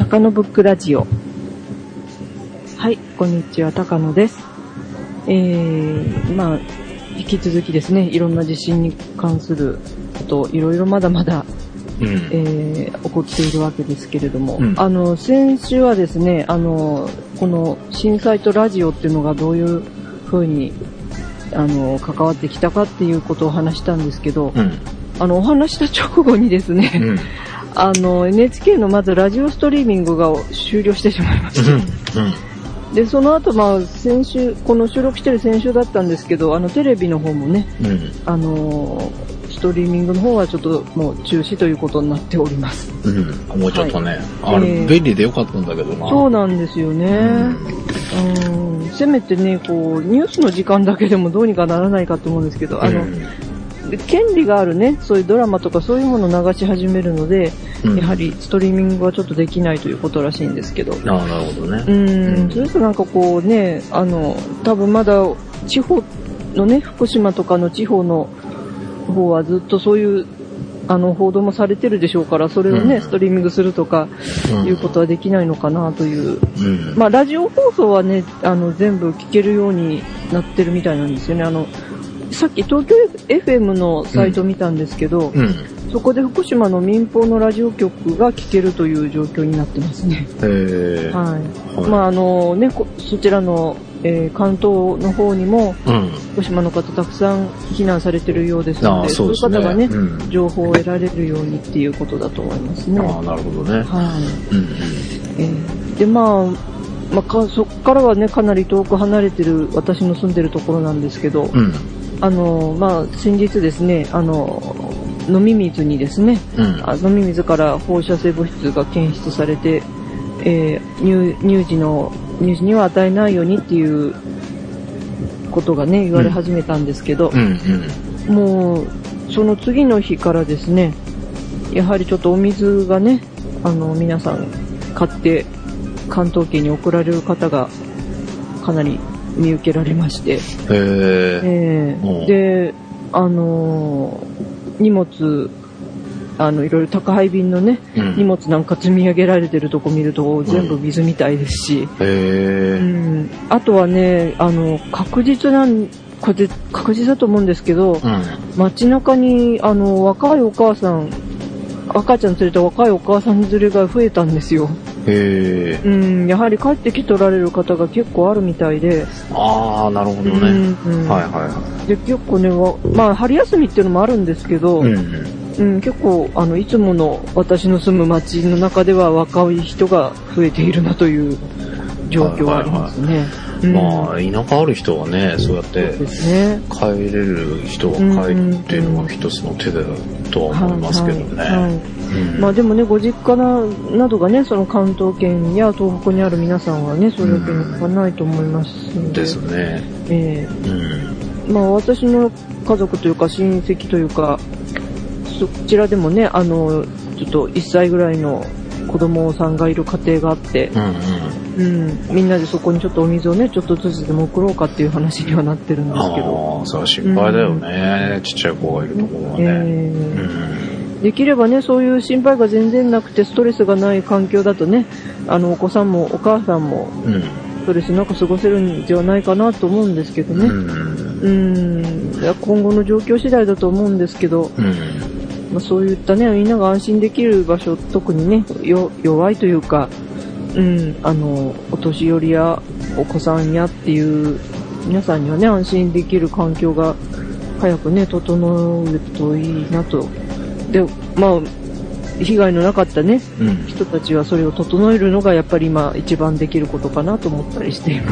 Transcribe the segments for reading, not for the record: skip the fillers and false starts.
高野ブックラジオ。はい、こんにちは、高野です。まあ引き続きですね、いろんな地震に関することいろいろまだまだ、起こっているわけですけれども、先週はですね、この震災とラジオっていうのがどういう風に関わってきたかっていうことを話したんですけど、お話した直後にですね、NHK のまずラジオストリーミングが終了してしまいました。で、その後、先週、この収録してる先週だったんですけど、テレビの方もね、ストリーミングの方はちょっともう中止ということになっております。 もうちょっとね、あれ、便利でよかったんだけどな。 そうなんですよね。せめてね、こう、ニュースの時間だけでもどうにかならないかと思うんですけど、権利があるね、そういうドラマとかそういうものを流し始めるので、やはりストリーミングはちょっとできないということらしいんですけど。 なるほどね。 それとなんかこうね、多分まだ地方のね、福島とかの地方の方はずっとそういう報道もされてるでしょうから、それをね、ストリーミングするとかいうことはできないのかなという。ラジオ放送はね、全部聞けるようになってるみたいなんですよね。さっき東京 FM のサイト見たんですけど、そこで福島の民放のラジオ局が聞けるという状況になってますね。そちらの、関東の方にも、福島の方たくさん避難されてるようですので、そういう方がね、情報を得られるようにっていうことだと思いますね。 なるほどね。 で、そこからはね、かなり遠く離れてる私の住んでるところなんですけど、先日ですね、飲み水にですね、飲み水から放射性物質が検出されて、乳児には与えないようにっていうことがね、言われ始めたんですけど、もう、その次の日からですね、やはりちょっとお水がね、皆さん買って関東圏に送られる方がかなり見受けられまして、で、荷物、いろいろ宅配便のね、荷物なんか積み上げられてるとこ見ると全部水みたいですし、あとはね、確実だと思うんですけど、街中に若いお母さん、赤ちゃん連れた若いお母さん連れが増えたんですよ。やはり帰ってきておられる方が結構あるみたいで。 なるほどね。 で、結構ね、春休みっていうのもあるんですけど、結構、いつもの私の住む町の中では若い人が増えているなという状況がありますね。 田舎ある人はね、そうやって帰れる人が帰るっていうのが一つの手だとは思いますけどね。 でもね、ご実家などがね、その関東圏や東北にある皆さんはね、それだけにはないと思いますので。ですね。私の家族というか親戚というか、そちらでもね、ちょっと1歳ぐらいの子供さんがいる家庭があって、みんなでそこにちょっとお水をね、ちょっとずつでも送ろうかっていう話にはなってるんですけど。 それは心配だよね、ちっちゃい子がいるところはね。 できればね、そういう心配が全然なくてストレスがない環境だとね、お子さんもお母さんもストレスなく過ごせるんではないかなと思うんですけどね。今後の状況次第だと思うんですけど、そういったね、みんなが安心できる場所、特にね、弱いというか、お年寄りやお子さんやっていう皆さんにはね、安心できる環境が早くね、整うといいなと。で、被害のなかったね、人たちはそれを整えるのがやっぱり今一番できることかなと思ったりしています。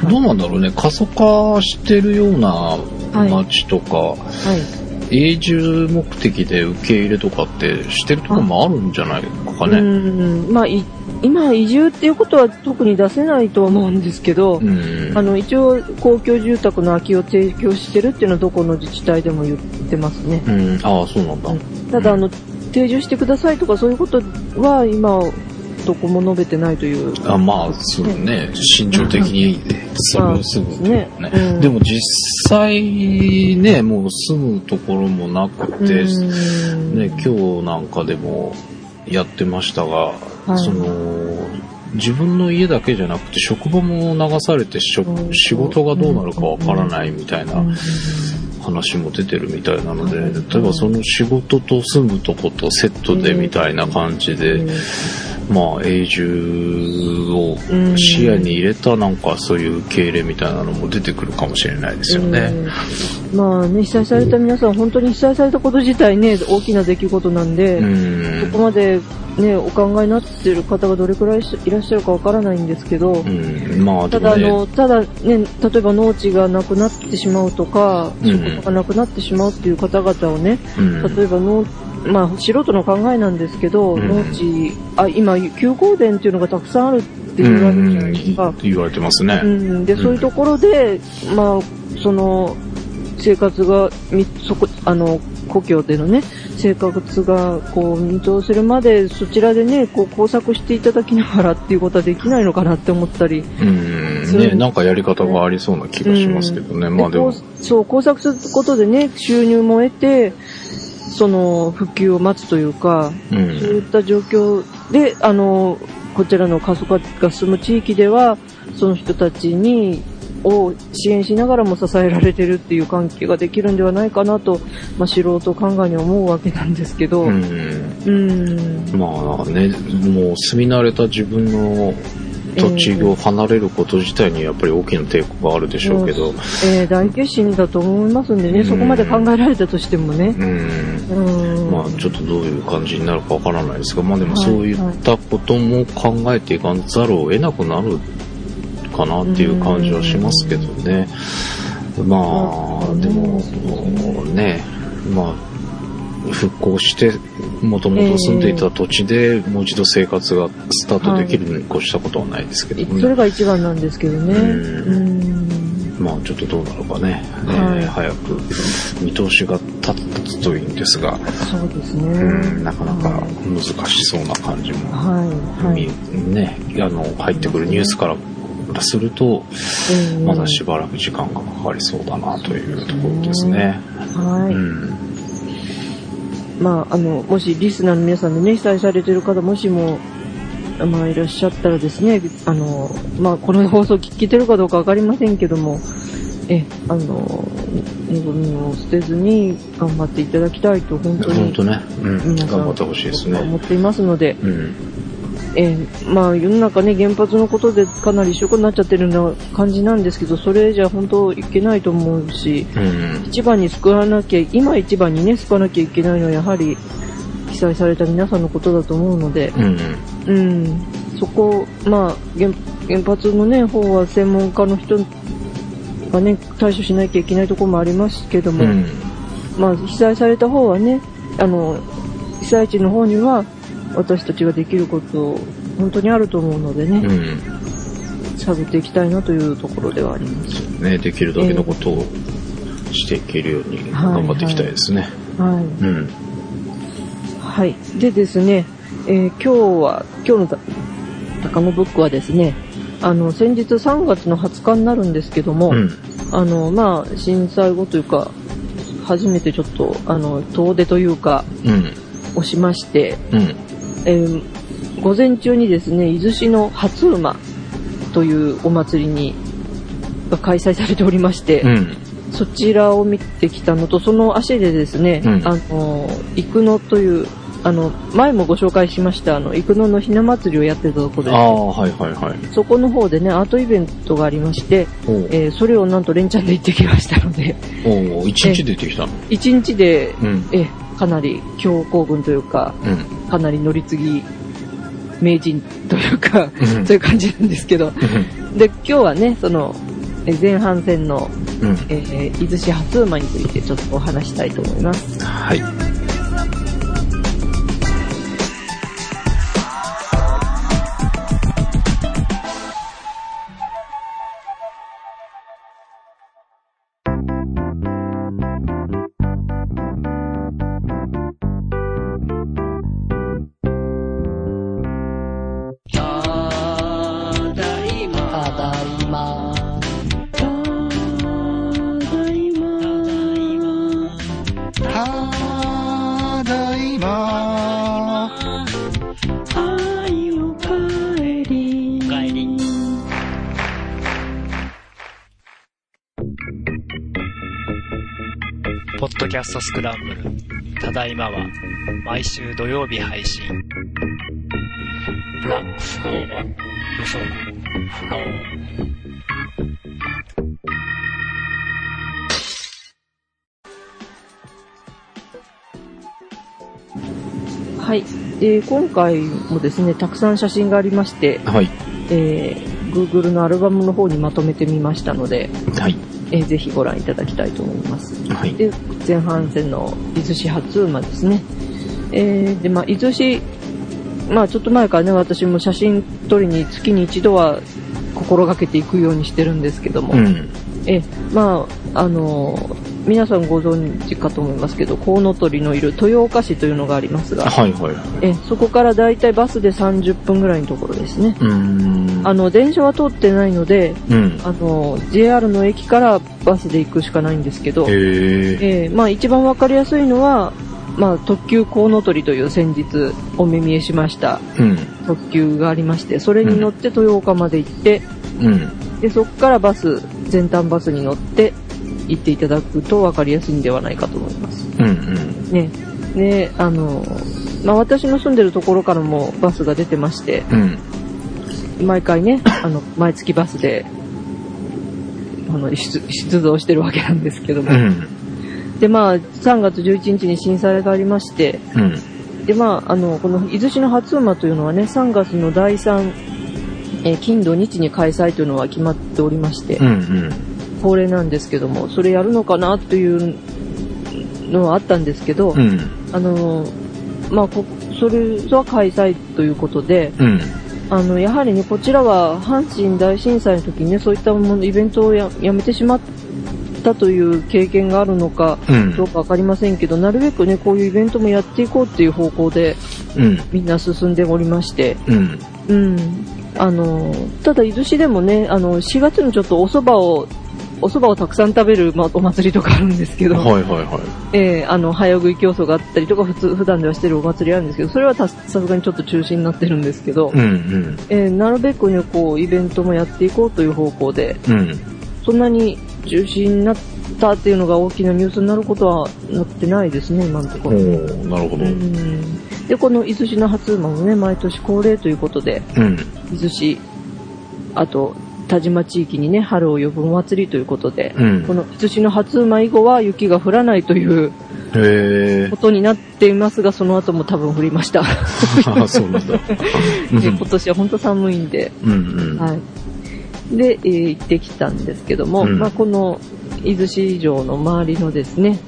どうなんだろうね、過疎化してるような町とか、永住目的で受け入れとかってしてるところもあるんじゃないかね。 今移住っていうことは特に出せないと思うんですけど、一応公共住宅の空きを提供してるっていうのはどこの自治体でも言ってますね。 そうなんだ。 ただ定住してくださいとかそういうことは今どこも述べてないという。 そうね、慎重的にそれをすぐね。でも実際ね、もう住むところもなくて、ね、今日なんかでもやってましたが、自分の家だけじゃなくて職場も流されて仕事がどうなるかわからないみたいな話も出てるみたいなので、例えばその仕事と住むとことセットでみたいな感じで、まあ永住を視野に入れたなんかそういう受け入れみたいなのも出てくるかもしれないですよね。 まあね、被災された皆さん本当に被災されたこと自体ね大きな出来事なんで、そこまでねお考えになっている方がどれくらいいらっしゃるかわからないんですけど、まあ、ただね、例えば農地がなくなってしまうとか、仕事がなくなってしまうっていう方々をね、例えばまあ素人の考えなんですけど、農地今休耕田っていうのがたくさんあるって言われるじゃないですか。 言われてますね。 でそういうところでまあその生活が故郷でのね生活がこう見通せるまでそちらでねこう工作していただきながらっていうことはできないのかなって思ったり、 ね、なんかやり方がありそうな気がしますけどね。まあでもそう工作することでね収入も得てその復旧を待つというか、そういった状況でこちらの過疎化が進む地域ではその人たちを支援しながらも支えられてるっていう関係ができるんではないかなと、まあ、素人考えに思うわけなんですけど、まあね、もう住み慣れた自分の土地を離れること自体にやっぱり大きな抵抗があるでしょうけど、 大決心だと思いますんでね、そこまで考えられたとしてもね、 まあちょっとどういう感じになるかわからないですが、まあでもそういったことも考えていかざるを得なくなるかなっていう感じはしますけどね。まあでもね、まあ復興して元々住んでいた土地でもう一度生活がスタートできるのに越したことはないですけどね。 それが一番なんですけどね。 まあちょっとどうなるかね、早く見通しが立つといいんですが、 そうですね。 なかなか難しそうな感じも、ね、入ってくるニュースからすると、まだしばらく時間がかかりそうだなというところですね。 まあ、もしリスナーの皆さんでね、被災されている方、もしも、まあ、いらっしゃったらですね、まあ、この放送聞けてるかどうかわかりませんけども、ゴミを捨てずに頑張っていただきたいと、本当に、皆さん、 頑張ってほしいですね。 思っていますので、まあ世の中ね原発のことでかなり一緒になっちゃってるような感じなんですけど、それじゃ本当いけないと思うし、一番に救わなきゃ今一番にね救わなきゃいけないのはやはり被災された皆さんのことだと思うので、そこまあ原発のね方は専門家の人がね対処しなきゃいけないところもありますけども、まあ被災された方はね被災地の方には私たちができること本当にあると思うのでね、探っていきたいなというところではありますね。できるだけのことをしていけるように頑張っていきたいですね。 でですね、今日の高野ブックはですね、先日3月の20日になるんですけども、まあ震災後というか初めてちょっと遠出というか、をしまして、午前中にですね伊豆市の初馬というお祭りが開催されておりまして、そちらを見てきたのとその足でですね、生野という前もご紹介しました生野のひな祭りをやってたところで、そこの方でねアートイベントがありまして、それをなんと連チャンで行ってきましたので、 1日で行ってきたの ？1日で、かなり強行軍というか、かなり乗り継ぎ名人というか、そういう感じなんですけど、で今日はねその前半戦の、伊豆市初馬についてちょっとお話したいと思います。 キャストスクランブル、ただいまは毎週土曜日配信。ラックスの予測不能。 はい、今回もですね、たくさん写真がありまして、 はい、 Google のアルバムの方にまとめてみましたので、 はい、 ぜひご覧いただきたいと思います。 はい、 で、前半戦の伊豆市初馬ですね。で、伊豆市、ちょっと前からね、私も写真撮りに月に一度は心がけていくようにしてるんですけども、うん、皆さんご存知かと思いますけど、コウノトリのいる豊岡市というのがありますが、 はいはいはい、 そこからだいたいバスで30分ぐらいのところですね。電車は通ってないので、JR の駅からバスで行くしかないんですけど、一番わかりやすいのは、特急コウノトリという先日お目見えしました、特急がありまして、それに乗って豊岡まで行って、でそこから全端バスに乗って行っていただくと分かりやすいんではないかと思います。私の住んでるところからもバスが出てまして、毎回ね、毎月バスで出動してるわけなんですけども、で3月11日に震災がありまして、でこの伊豆市の初馬というのはね、3月の第3、金土日に開催というのは決まっておりまして、恒例なんですけども、それやるのかなというのはあったんですけど、それは開催ということで、やはりね、こちらは阪神大震災の時にね、そういったイベントをやめてしまったという経験があるのかどうかわかりませんけど、なるべくね、こういうイベントもやっていこうっていう方向で、みんな進んでおりまして、ただ伊豆市でもね、4月にちょっとお蕎麦をたくさん食べる、お祭りとかあるんですけど、早食い競争があったりとか、普段ではしてるお祭りあるんですけど、それはさすがにちょっと中止になってるんですけど、なるべくね、こうイベントもやっていこうという方向で、そんなに中止になったっていうのが大きなニュースになることはなってないですね、今のところ。 なるほど。 で、この伊豆市の初馬もね、毎年恒例ということで、伊豆市、あと田島地域にね、春を呼ぶお祭りということで、この伊豆市の初馬以後は雪が降らないということになっていますが、その後も多分降りました。 そうなんだ。 今年は本当寒いんで、で、行ってきたんですけども、この伊豆市場の周りのですね、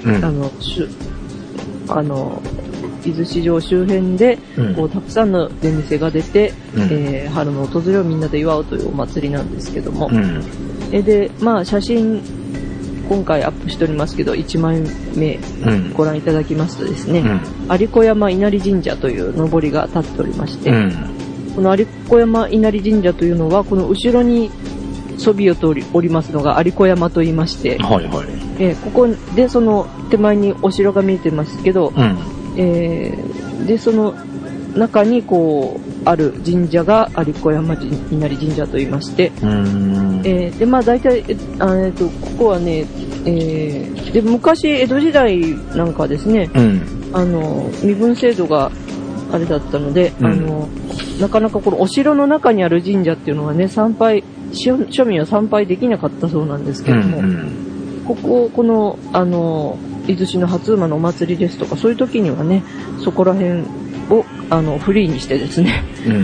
伊豆市場周辺で、こうたくさんの出店が出て、春の訪れをみんなで祝うというお祭りなんですけども、で、写真今回アップしておりますけど、1枚目ご覧いただきますとですね、有子山稲荷神社というのりが立っておりまして、この有子山稲荷神社というのは、この後ろにそびえておりますのが有子山と言いまして、ここでその手前にお城が見えてますけど、でその中にこうある神社が有子山稲荷神社と言いまして、で大体ここはね、で昔江戸時代なんかですね、身分制度があれだったので、なかなかこのお城の中にある神社っていうのはね、庶民は参拝できなかったそうなんですけども、この伊豆市の初馬のお祭りですとか、そういう時にはね、そこら辺をフリーにしてですね、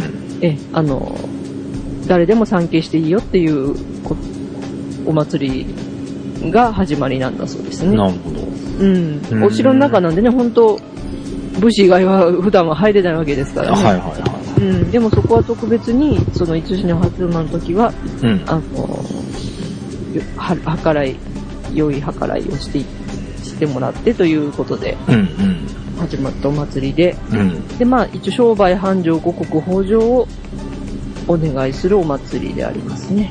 誰でも参詣していいよっていうお祭りが始まりなんだそうですね。 なるほど。 お城の中なんでね、本当武士以外は普段は入れないわけですからね。でもそこは特別にその伊豆市の初馬の時は、良い計らいをしてもらってということで、始まったお祭りで、で一応商売繁盛五穀豊穣をお願いするお祭りでありますね。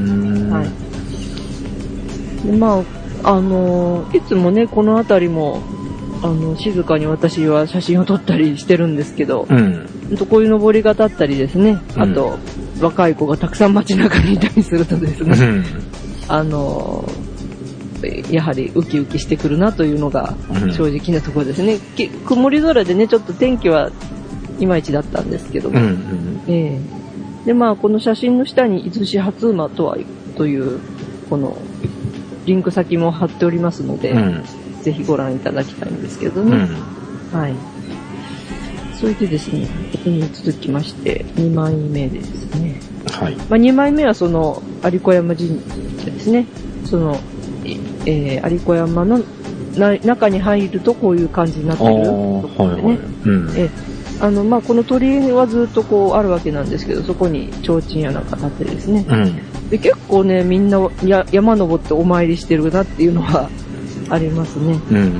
でいつもね、この辺りも静かに私は写真を撮ったりしてるんですけど、こういう登りが立ったりですね、あと若い子がたくさん街中にいたりするとですね、 やはりウキウキしてくるなというのが正直なところですね。曇り空でね、ちょっと天気はいまいちだったんですけども。で、まあ、この写真の下に伊豆市初馬という、この、リンク先も貼っておりますので、ぜひご覧いただきたいんですけどね。はい。それでですね、続きまして、2枚目ですね。はい。まあ、2枚目はその、有子山神社ですね。その、有子山の中に入るとこういう感じになってるところでね。まあ、この鳥居はずっとこうあるわけなんですけど、そこに提灯やなんか立ってですね。で、結構ね、みんな山登ってお参りしてるなっていうのはありますね。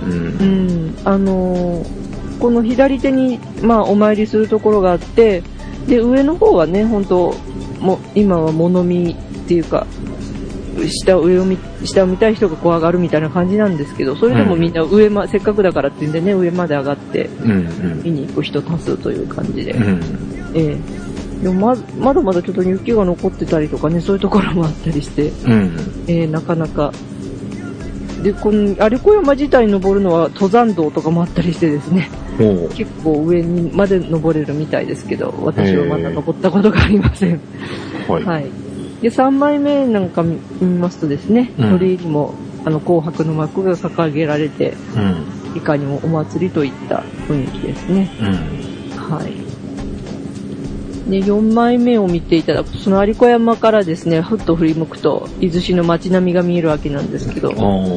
この左手に、まあ、お参りするところがあって、で、上の方はね、本当もう、今は物見っていうか、下を見たい人がこう上がるみたいな感じなんですけど、それでもみんなせっかくだからっていうんでね、上まで上がって、見に行く人多数という感じで。でもまだまだちょっと雪が残ってたりとかね、そういうところもあったりして、なかなか。で、この有子山自体に登るのは登山道とかもあったりしてですね、結構上にまで登れるみたいですけど、私はまだ登ったことがありません。はい。で、3枚目なんか見ますとですね、鳥居にも紅白の幕が掲げられて、いかにもお祭りといった雰囲気ですね。はい。で、4枚目を見ていただくと、その有子山からですね、ふっと振り向くと、伊豆市の街並みが見えるわけなんですけど、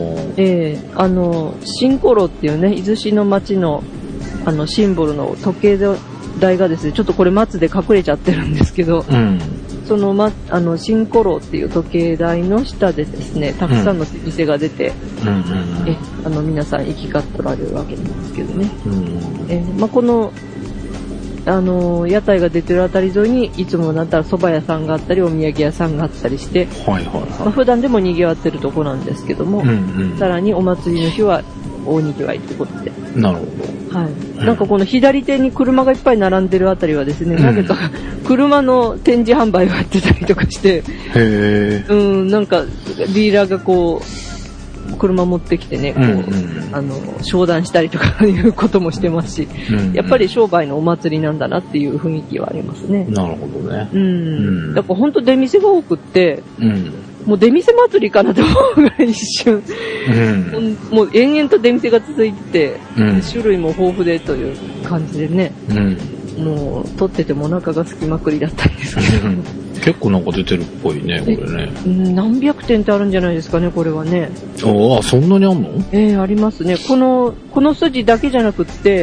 新古楼っていうね、伊豆市の街の、シンボルの時計台がですね、ちょっとこれ松で隠れちゃってるんですけど、その新古楼っていう時計台の下でですね、たくさんの店が出て、皆さん行き交っておられるわけなんですけどね。まあ、この、屋台が出てるあたり沿いにいつもだったら蕎麦屋さんがあったりお土産屋さんがあったりして、普段でも賑わってるとこなんですけども、さらにお祭りの日は大賑わいということで。 なるほど。 はい。なんかこの左手に車がいっぱい並んでるあたりはですね、なぜか車の展示販売をやってたりとかして、なんかディーラーがこう、車持ってきてね、商談したりとかいうこともしてますし、やっぱり商売のお祭りなんだなっていう雰囲気はありますね。 なるほどね。 だから本当出店が多くって、もう出店祭りかなと思うぐらい一瞬、もう延々と出店が続いて、種類も豊富でという感じでね、もう撮っててもお腹が空きまくりだったんですけど。 結構なんか出てるっぽいね、これね。 何百点ってあるんじゃないですかね、これはね。 ああ、そんなにあんの？ ありますね。この筋だけじゃなくって、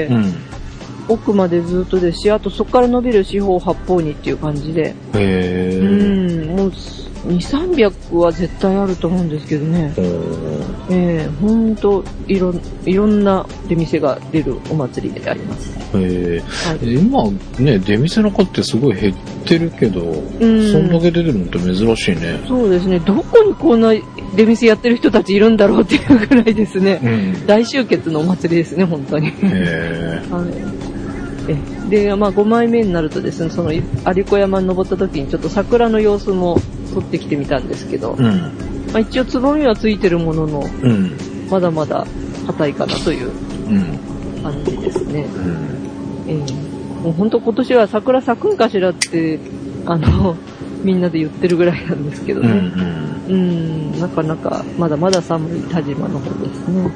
奥までずっとですし、あとそこから伸びる四方八方にっていう感じで。もう2、300は絶対あると思うんですけどね。ほんといろんな出店が出るお祭りであります。今ね、出店の数ってすごい減ってるけど、そんだけ出てるのって珍しいね。 そうですね。どこにこんな出店やってる人たちいるんだろうっていうぐらいですね。大集結のお祭りですね、本当に。で、まあ5枚目になるとですね、その有子山に登った時にちょっと桜の様子も撮ってきてみたんですけど、まあ、一応つぼみはついてるものの、まだまだ硬いかなという感じですね。もう本当今年は桜咲くんかしらってみんなで言ってるぐらいなんですけどね。なかなかまだまだ寒い田島の方ですね。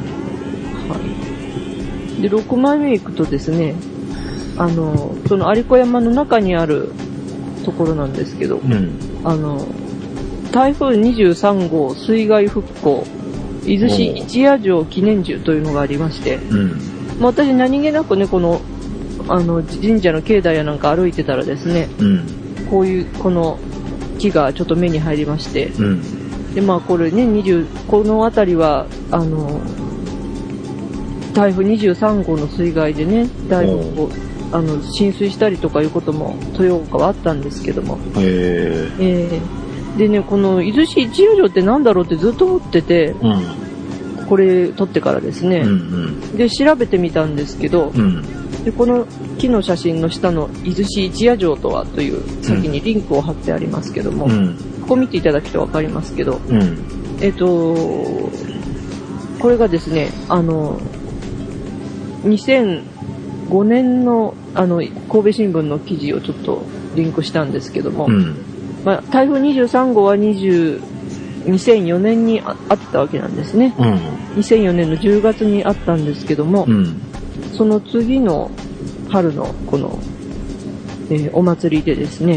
で6枚目行くとですね、その有子山の中にあるところなんですけど、台風23号水害復興伊豆市一夜城記念樹というのがありまして、まあ、私何気なくねこの神社の境内やなんか歩いてたらですね、こういうこの木がちょっと目に入りまして、でまあこれねこの辺りは台風23号の水害でねだいぶこう浸水したりとかいうことも豊岡はあったんですけども、でねこの伊豆市一夜城ってなんだろうってずっと思ってて、これ撮ってからですね、で調べてみたんですけど、でこの木の写真の下の伊豆市一夜城とはという先にリンクを貼ってありますけども、ここ見ていただくと分かりますけど、 これがですね、2005年の、神戸新聞の記事をちょっとリンクしたんですけども、まあ、台風23号は2004年にあったわけなんですね。2004年の10月にあったんですけども、その次の春のこの、お祭りでですね、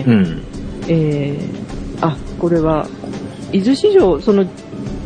これは、伊豆市場、その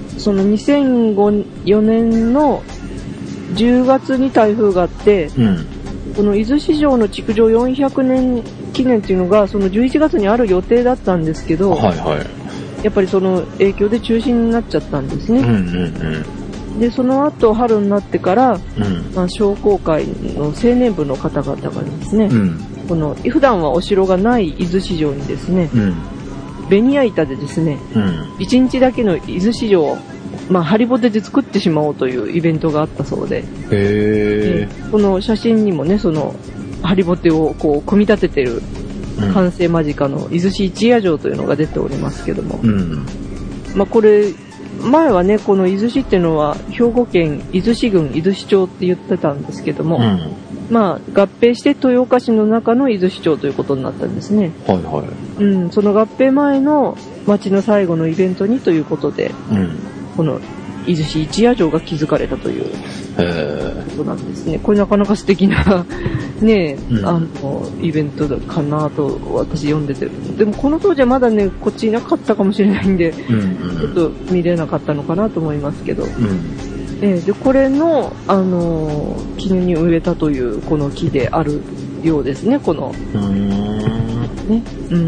2004年の10月に台風があって、この伊豆市場の築城400年記念っていうのが、その11月にある予定だったんですけど、やっぱりその影響で中止になっちゃったんですね。で、その後春になってから、まあ、商工会の青年部の方々がですね、この普段はお城がない伊豆市場にですね、ベニヤ板でですね、1日だけの伊豆市場を、まあ、ハリボテで作ってしまおうというイベントがあったそうで、この写真にもね、そのハリボテをこう組み立ててる完成間近の伊豆市一夜城というのが出ておりますけども、まあ、これ前はね、この伊豆市っていうのは兵庫県伊豆市郡伊豆市町って言ってたんですけども、まあ、合併して豊岡市の中の伊豆市町ということになったんですね。その合併前の町の最後のイベントにということで、この伊豆市一夜城が築かれたということなんですね。これなかなか素敵なね、イベントかなと私読んでて、でもこの当時はまだねこっちいなかったかもしれないんで、ちょっと見れなかったのかなと思いますけど、でこれの記念に植えたというこの木であるようですね、このね、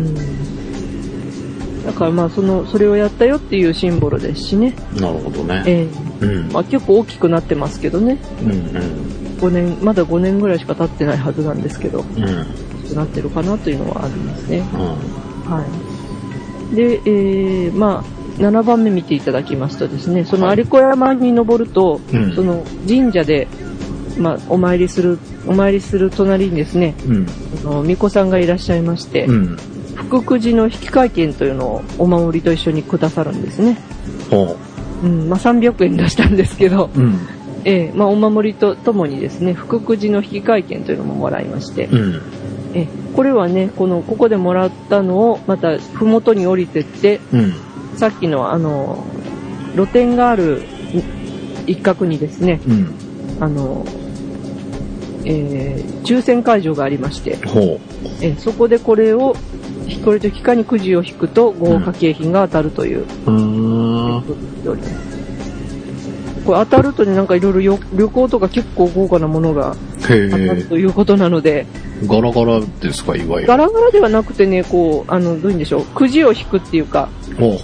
だからまあそれをやったよっていうシンボルですしね。 なるほどね。 まあ、結構大きくなってますけどね。まだ5年ぐらいしか経ってないはずなんですけど、大きくなってるかなというのはありますね。で、まあ7番目見ていただきますとですね、その有子山に登ると、その神社で、まあ、お参りする隣にですね、巫女さんがいらっしゃいまして、福くじの引換券というのをお守りと一緒にくださるんですね。まあ、300円出したんですけど、まあ、お守りとともにですね、福くじの引換券というのももらいまして、これはね、ここでもらったのをまた麓に降りてって、さっきの露店がある一角にですね、抽選会場がありまして、そこでこれと引かにくじを引くと豪華景品が当たるという、これ当たるとね、なんかいろいろ旅行とか結構豪華なものが当たるということなので、 ガラガラですか、いわゆる。 ガラガラではなくてね、こうどういうんでしょう、くじを引くっていうか、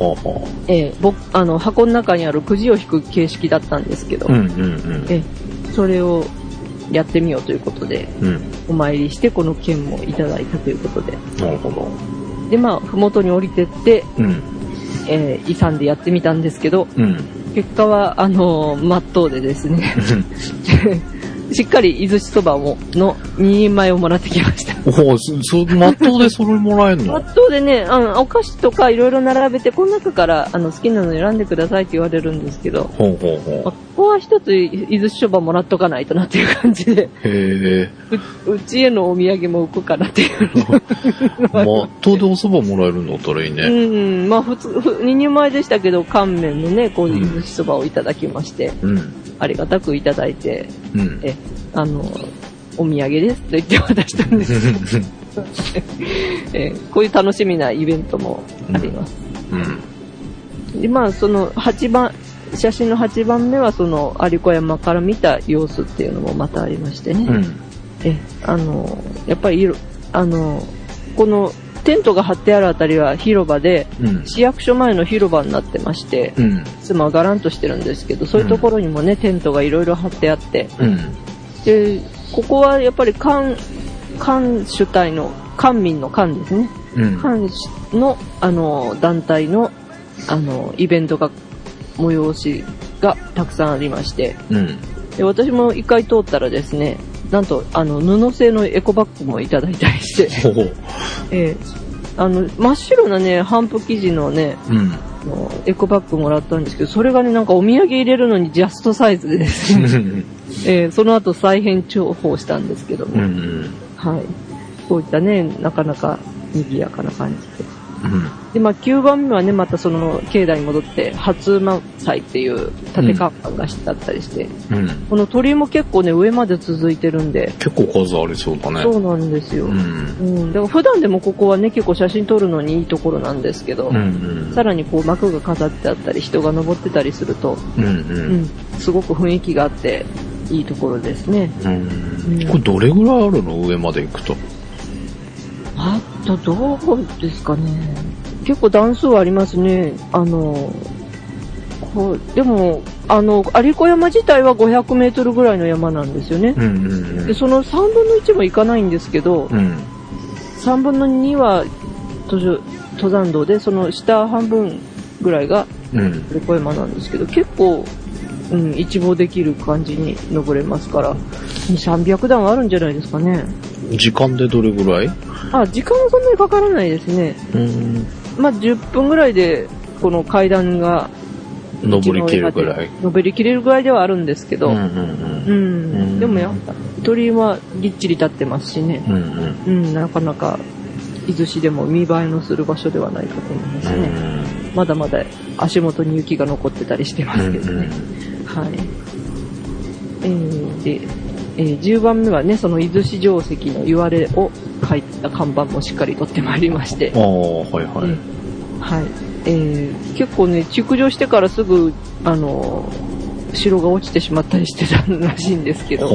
箱の中にあるくじを引く形式だったんですけど、それをやってみようということで、お参りしてこの券もいただいたということで、 なるほど。 で、まあ麓に降りてって、勇んでやってみたんですけど、結果は真っ当でですねしっかり伊豆市そばの2人前をもらってきました。 まっとうでそれもらえるの？ まっとうでね、お菓子とかいろいろ並べて、この中から好きなの選んでくださいって言われるんですけど、ここは一つ伊豆市そばもらっとかないとなっていう感じで、うちへのお土産も浮くからっていう。 まっとうでお蕎麦もらえるのったらいいね。まあ 2人前でしたけど、乾麺のね、こう伊豆市そばをいただきまして、ありがたくいただいて、お土産ですと言って渡したんですこういう楽しみなイベントもあります。で、まあその写真の8番目はその有子山から見た様子っていうのもまたありましてね。やっぱりこのテントが張ってあるあたりは広場で、市役所前の広場になってまして、妻はガランとしてるんですけど、そういうところにもね、テントがいろいろ張ってあって、で、ここはやっぱり官民の官ですね。官の、団体の、イベントが、催しがたくさんありまして、で私も一回通ったらですね、なんと、布製のエコバッグもいただいたりして、真っ白なね、帆布生地のね、 エコバッグもらったんですけど、それがね、なんかお土産入れるのにジャストサイズでですね、その後再編重宝したんですけども、はい。そういったね、なかなか賑やかな感じで。で、まあ、9番目はね、またその境内に戻って、初馬祭っていう縦看板がしてあったりして、この鳥居も結構ね、上まで続いてるんで。 結構数ありそうだね。 そうなんですよ。だから普段でもここはね、結構写真撮るのにいいところなんですけど、さらにこう幕が飾ってあったり、人が登ってたりすると、すごく雰囲気があって、いいところですね。 これどれぐらいあるの？上まで行くと。 あとどうですかね。結構段数はありますね。でも有子山自体は500メートルぐらいの山なんですよね。でその3分の1も行かないんですけど、3分の2は登山道で、その下半分ぐらいが有子山なんですけど、結構、一望できる感じに登れますから、200、300段はあるんじゃないですかね。 時間でどれぐらい？ 時間はそんなにかからないですね。まあ、10分ぐらいで、この階段が、 登りきれるぐらい。 登りきれるぐらいではあるんですけど、でもやっぱ、鳥居はぎっちり立ってますしね、なかなか、伊豆市でも見栄えのする場所ではないかと思いますね。まだまだ足元に雪が残ってたりしてますけどね。はい。で、10番目はね、その伊豆市定石の言われを書いた看板もしっかり取ってまいりまして。結構ね、築城してからすぐ、城が落ちてしまったりしてたらしいんですけど、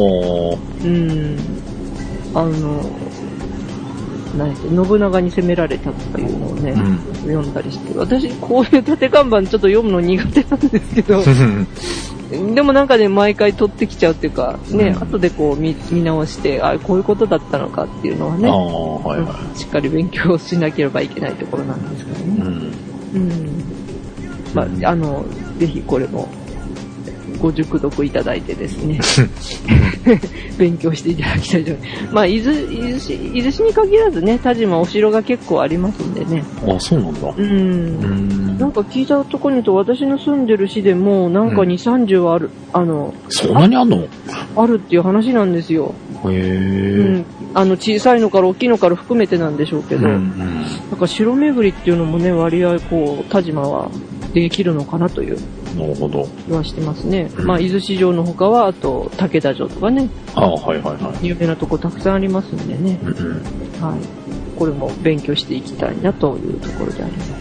信長に攻められたとかいうのをね、読んだりして、私こういう縦看板ちょっと読むの苦手なんですけど、でもなんかね、毎回取ってきちゃうっていうか、ね、後でこう見直して、こういうことだったのかっていうのはね、しっかり勉強しなければいけないところなんですけどね。まあ、ぜひこれも、ご熟読いただいてですね、勉強していただきたいと思います。まあ、伊豆市に限らずね、田島お城が結構ありますんでね。 そうなんだ。 なんか聞いたところに言うと、私の住んでる市でも、なんか2、30はある、 そんなにあんの？ あるっていう話なんですよ。小さいのから大きいのから含めてなんでしょうけど、なんか城巡りっていうのもね、割合こう、田島はできるのかなという。 なるほど。 言わしてますね。まあ、伊豆市城の他は、あと、武田城とかね。有名なとこたくさんありますんでね。はい。これも勉強していきたいなというところであります。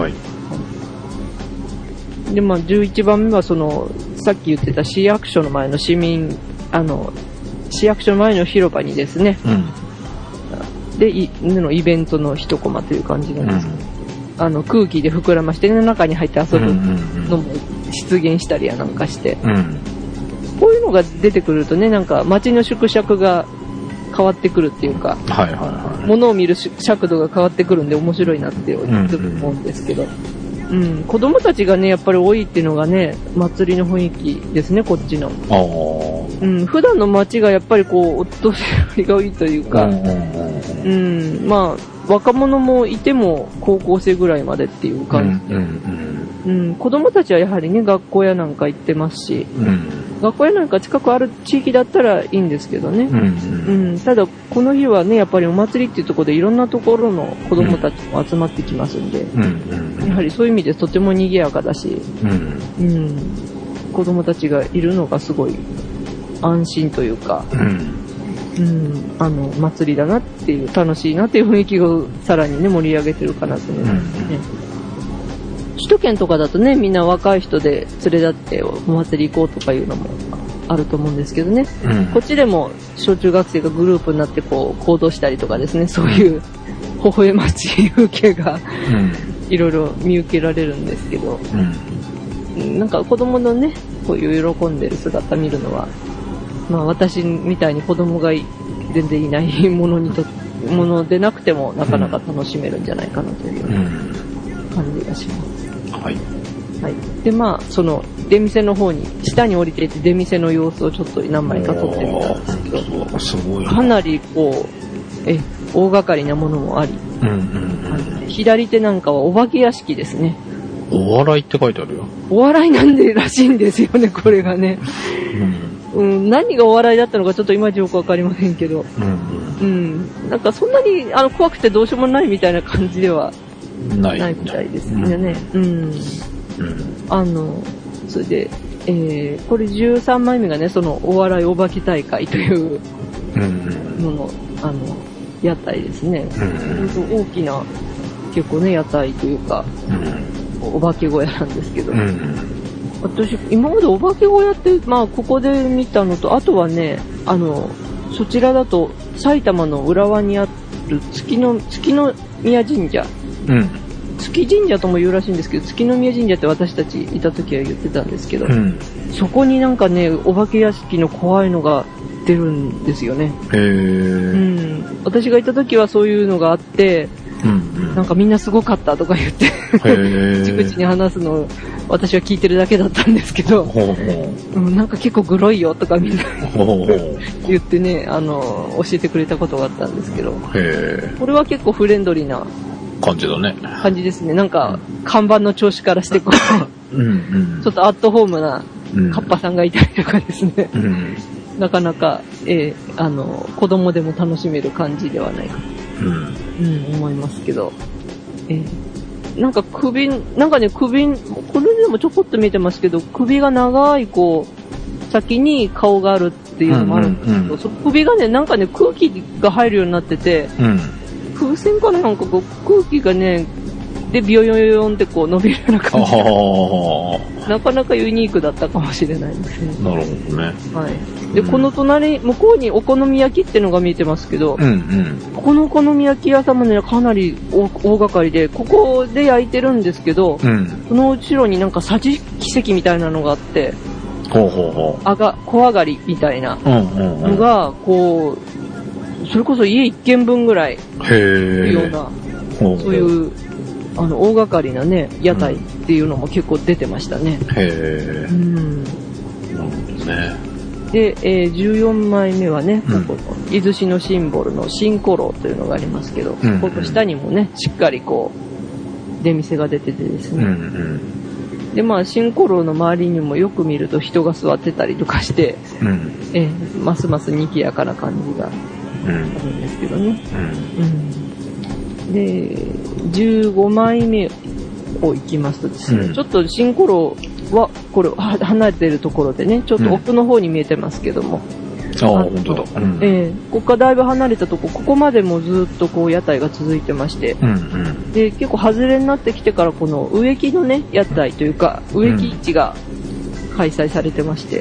で、まあ、11番目は、さっき言ってた市役所の前の市役所の前の広場にですね。で、イベントの一コマという感じなんですけど。空気で膨らまして、中に入って遊ぶのも出現したりやなんかして、こういうのが出てくるとね、なんか街の縮尺が変わってくるっていうか、物を見る尺度が変わってくるんで面白いなって思うんですけど、子供たちがね、やっぱり多いっていうのがね、祭りの雰囲気ですね、こっちの。普段の街がやっぱりこう、おっとりが多いというか、まあ、若者もいても高校生ぐらいまでっていう感じで、子供たちはやはりね、学校やなんか行ってますし、学校やなんか近くある地域だったらいいんですけどね、ただこの日はね、やっぱりお祭りっていうところでいろんなところの子供たちも集まってきますんで、やはりそういう意味でとても賑やかだし、子供たちがいるのがすごい安心というか、祭りだなっていう、楽しいなっていう雰囲気をさらにね、盛り上げてるかなと思いますね。首都圏とかだとね、みんな若い人で連れ立ってお祭り行こうとかいうのもあると思うんですけどね。こっちでも小中学生がグループになってこう行動したりとかですね、そういう微笑ましい風景がいろいろ見受けられるんですけど、なんか子供のね、こういう喜んでる姿見るのは、まあ私みたいに子供が全然いないものでなくてもなかなか楽しめるんじゃないかなという感じがします。で、まあ、出店の方に、下に降りていて出店の様子をちょっと何枚か撮ってみたんですけど、 すごいかなりこう、大掛かりなものもあり、左手なんかはお化け屋敷ですね。 お笑いって書いてあるよ。 お笑いなんでらしいんですよね、これがね。何がお笑いだったのかちょっといまいちよくわかりませんけど。なんかそんなに怖くてどうしようもないみたいな感じではないみたいですね。それで、これ13枚目がね、そのお笑いお化け大会というのの、屋台ですね。大きな、結構ね、屋台というか、お化け小屋なんですけど。私、今までお化け小屋って、まあ、ここで見たのと、あとはね、そちらだと、埼玉の浦和にある月の宮神社。月神社とも言うらしいんですけど、月の宮神社って私たちいた時は言ってたんですけど、そこになんかね、お化け屋敷の怖いのが出るんですよね。私がいた時はそういうのがあって、なんかみんなすごかったとか言って口々に話すのを私は聞いてるだけだったんですけど、なんか結構グロいよとかみんな言ってね、教えてくれたことがあったんですけど、これは結構フレンドリーな感じだね。 感じですね。なんか看板の調子からしてこうちょっとアットホームなカッパさんがいたりとかですね、なかなか、子供でも楽しめる感じではないかと、思いますけど、なんかこれでもちょこっと見えてますけど、首が長いこう先に顔があるっていうのもあるんですけど、その首がね、なんかね、空気が入るようになってて、風船かな、なんかこう空気がね、でビヨヨヨンってこう伸びるような感じで、なかなかユニークだったかもしれないですね。 なるほどね。 はい。で、この隣、向こうにお好み焼きってのが見えてますけど、このお好み焼き屋さんもね、かなり大掛かりで、ここで焼いてるんですけど、その後ろになんか桟敷席みたいなのがあって、小上がりみたいなのが、こう、それこそ家1軒分ぐらい、いうような、そういう、大掛かりなね、屋台っていうのも結構出てましたね。 なるほどね。 で、14枚目はね、ここの伊豆市のシンボルの新古楼というのがありますけど、この下にもね、しっかりこう、出店が出ててですね。で、まあ、新古楼の周りにもよく見ると人が座ってたりとかして、ますます賑やかな感じがあるんですけどね。で、15枚目を行きますとですね、ちょっと新古楼は、これ、離れてるところでね、ちょっと奥の方に見えてますけども。 本当だ。 ここからだいぶ離れたとこ、ここまでもずっとこう屋台が続いてまして、で、結構外れになってきてからこの植木のね、屋台というか、植木市が開催されてまして、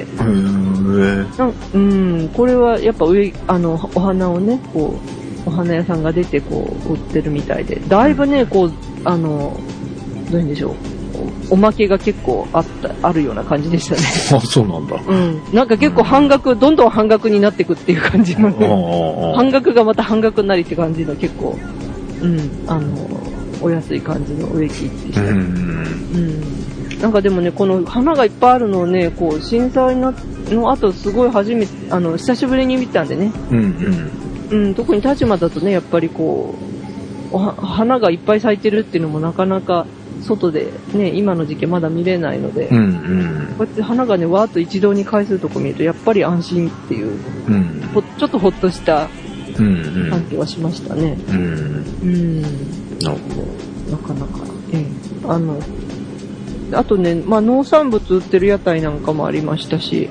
これはやっぱお花をね、こう、お花屋さんが出てこう売ってるみたいで、だいぶね、こう、どういうんでしょう、おまけが結構あるような感じでしたね。 そうなんだ。 なんか結構どんどん半額になっていくっていう感じのね、半額がまた半額になりって感じの結構、お安い感じの植木でした。なんかでもね、この花がいっぱいあるのをね、こう、震災の後すごい久しぶりに見たんでね、特に立馬だとね、やっぱりこう、花がいっぱい咲いてるっていうのもなかなか外でね、今の時期まだ見れないので、こうやって花がね、わーっと一堂に会するとこ見ると、やっぱり安心っていう、ちょっとほっとした感じはしましたね。なるほど。なかなか、あとね、まあ農産物売ってる屋台なんかもありましたし、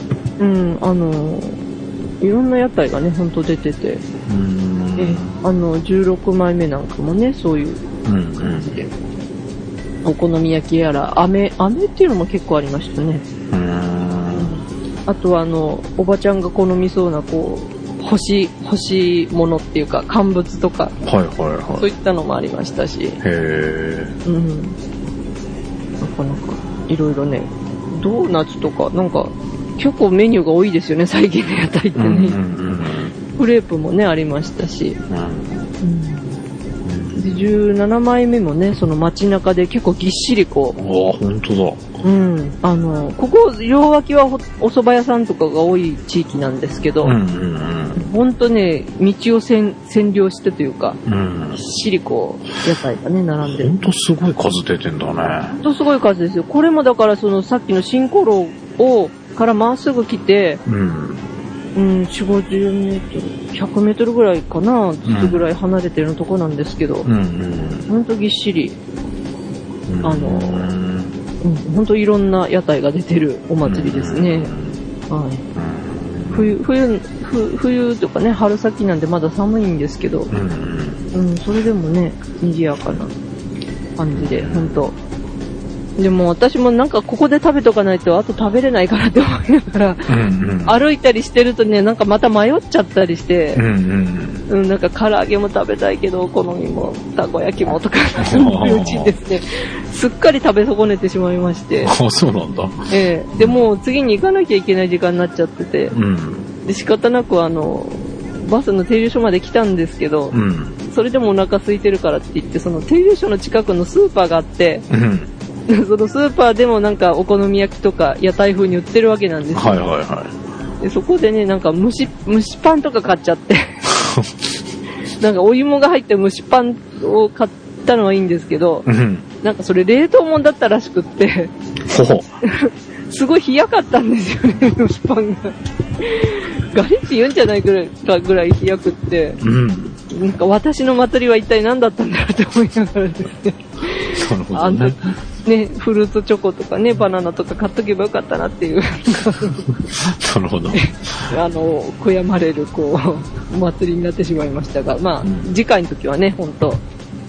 いろんな屋台がね、ほんと出てて、16枚目なんかもね、そういう感じで、お好み焼きやら、飴っていうのも結構ありましたね。あとはおばちゃんが好みそうな、こう、欲しいものっていうか、乾物とか、そういったのもありましたし、なかなか、いろいろね、ドーナツとか、なんか、結構メニューが多いですよね、最近の屋台ってね。クレープもね、ありましたし。 で17枚目もね、その街中で結構ぎっしりこう。 ああ、本当だ。 うん。ここ、両脇はお蕎麦屋さんとかが多い地域なんですけど、ほんとね、道を占領してというか、ぎっしりこう、屋台がね、並んでる。 ほんとすごい数出てんだね。 ほんとすごい数ですよ。これもだからそのさっきの新古路からまっすぐ来て、4、50メートル、100メートルぐらいかな、ずつぐらい離れてるとこなんですけど、ほんとぎっしり、ほんといろんな屋台が出てるお祭りですね。はい。冬とかね、春先なんでまだ寒いんですけど、それでもね、賑やかな感じで、ほんと。でも私もなんかここで食べとかないとあと食べれないからって思いながら、歩いたりしてるとね、なんかまた迷っちゃったりして、なんか唐揚げも食べたいけど、お好みもたこ焼きもとか、そういううちにですね、すっかり食べ損ねてしまいまして。 あ、そうなんだ。 で、もう次に行かなきゃいけない時間になっちゃってて、で仕方なくバスの停留所まで来たんですけど、それでもお腹空いてるからって言って、その停留所の近くのスーパーがあって、そのスーパーでもなんかお好み焼きとか屋台風に売ってるわけなんですよ。でそこでね、なんか蒸しパンとか買っちゃってなんかお芋が入った蒸しパンを買ったのはいいんですけど、なんかそれ冷凍もんだったらしくってすごい冷やかったんですよね、蒸しパンがガリって言うんじゃないぐらい冷やくって、なんか私の祭りは一体何だったんだろうって思いながらですねね、フルーツチョコとかね、バナナとか買っとけばよかったなっていう。 なるほど。 悔やまれる、こう、お祭りになってしまいましたが、まあ、次回の時はね、ほんと、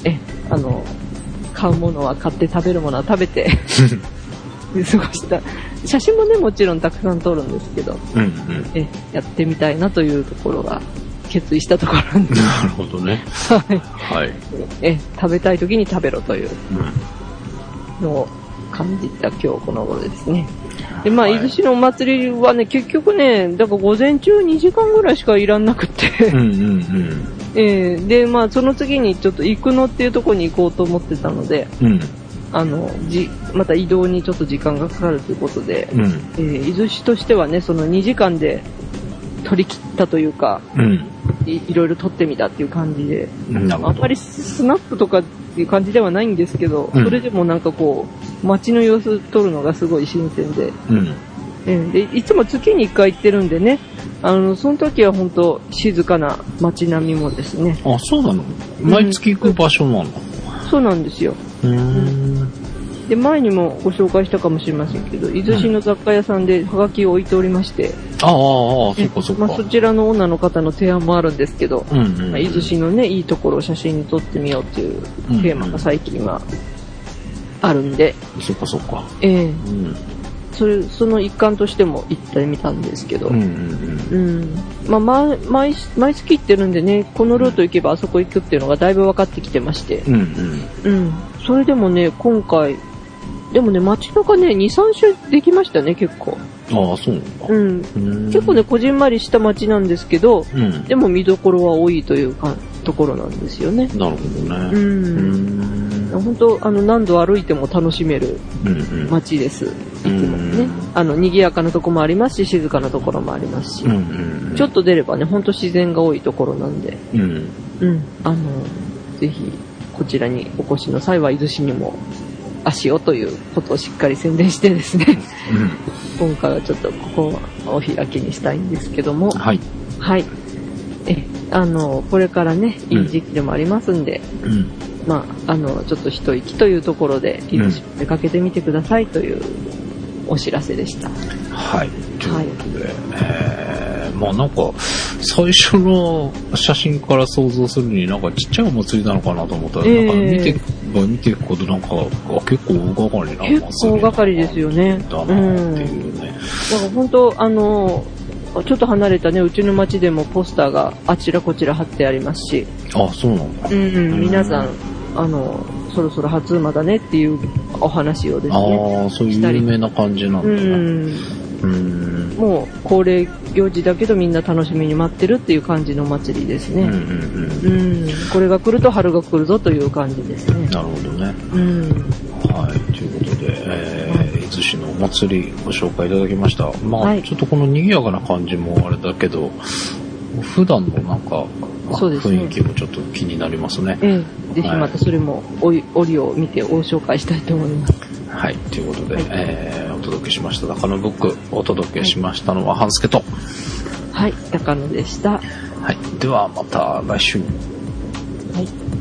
買うものは買って食べるものは食べて、過ごした。写真もね、もちろんたくさん撮るんですけど、やってみたいなというところが、決意したところなんです。 なるほどね。はい。 食べたい時に食べろというのを感じた今日この頃ですね。で、まあ、伊豆市のお祭りはね、結局ね、だから午前中2時間ぐらいしかいらんなくってで、まあ、その次にちょっと生野っていうところに行こうと思ってたので、また移動にちょっと時間がかかるということで、伊豆市としてはね、その2時間で取り切ったというか、いろいろ撮ってみたっていう感じで、あんまりスナップとかっていう感じではないんですけど、それでもなんかこう、街の様子撮るのがすごい新鮮で、でいつも月に1回行ってるんでね、その時は本当静かな街並みもですね。 あ、そうなの？毎月行く場所なの？ そうなんですよ。で、前にもご紹介したかもしれませんけど、伊豆市の雑貨屋さんでハガキを置いておりまして、 そっかそっか。 まあ、そちらのオーナーの方の提案もあるんですけど、伊豆市のね、いいところを写真に撮ってみようっていうテーマが最近はあるんで、 そっかそっか。 その一環としても行ってみたんですけど、まあ、毎月行ってるんでね、このルート行けばあそこ行くっていうのがだいぶ分かってきてまして、それでもね、今回、でもね、街中ね、2、3周できましたね、結構。 ああ、そうなんだ。 結構ね、こじんまりした街なんですけど、でも見どころは多いというところなんですよね。 なるほどね。 本当何度歩いても楽しめる街です。いつもね。賑やかなところもありますし、静かなところもありますし、ちょっと出ればね、本当自然が多いところなんで、ぜひ、こちらにお越しの際は伊豆市にも足をということをしっかり宣伝してですね、今回はちょっとここをお開きにしたいんですけども、はい。これからね、いい時期でもありますんで、まあ、ちょっと一息というところで、伊豆市に出かけてみてくださいというお知らせでした。 はい。ということで、まあなんか、最初の写真から想像するになんかちっちゃいお祭りなのかなと思ったら、なんか見ていくほどなんか、結構大掛かりなお祭り。 結構大掛かりですよね。 だなっていうね。 だから本当、ちょっと離れたね、うちの町でもポスターがあちらこちら貼ってありますし。 あ、そうなんだ。 皆さん、そろそろ初馬だねっていうお話をですね。 そういう有名な感じなんだね。 もう恒例行事だけどみんな楽しみに待ってるっていう感じのお祭りですね。これが来ると春が来るぞという感じですね。 なるほどね。はい、ということで、伊豆市のお祭りご紹介いただきました。まあ、ちょっとこの賑やかな感じもあれだけど、普段のなんか、雰囲気もちょっと気になりますね。ぜひまたそれも折を見てご紹介したいと思います。 はい、ということで、お届けしました中野ブック、お届けしましたのは半助と、 はい、高野でした。 はい、ではまた来週。 はい。